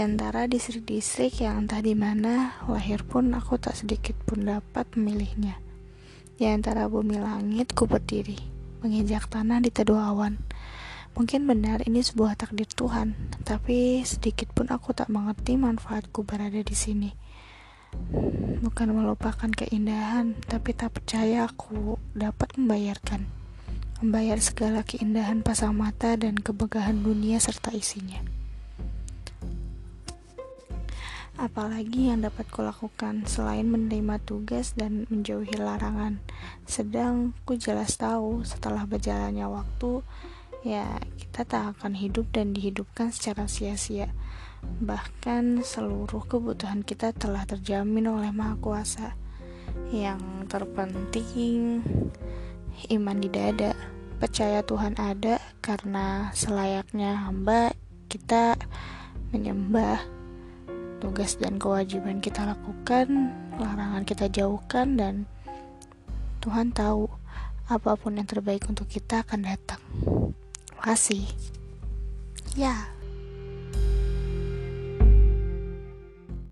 antara distrik-distrik yang entah di mana lahir pun aku tak sedikit pun dapat memilihnya. Di antara bumi langit ku berdiri, menginjak tanah di teduh awan. Mungkin benar ini sebuah takdir Tuhan, tapi sedikit pun aku tak mengerti manfaatku berada di sini. Bukan melupakan keindahan, tapi tak percaya aku dapat membayar segala keindahan pasang mata dan kemegahan dunia serta isinya. Apalagi yang dapat kulakukan selain menerima tugas dan menjauhi larangan. Sedang ku jelas tahu setelah berjalannya waktu, ya kita tak akan hidup dan dihidupkan secara sia-sia. Bahkan seluruh kebutuhan kita telah terjamin oleh Maha Kuasa. Yang terpenting, iman di dada. Percaya Tuhan ada, karena selayaknya hamba kita menyembah. Tugas dan kewajiban kita lakukan, larangan kita jauhkan, dan Tuhan tahu apapun yang terbaik untuk kita akan datang. Terima kasih. Ya.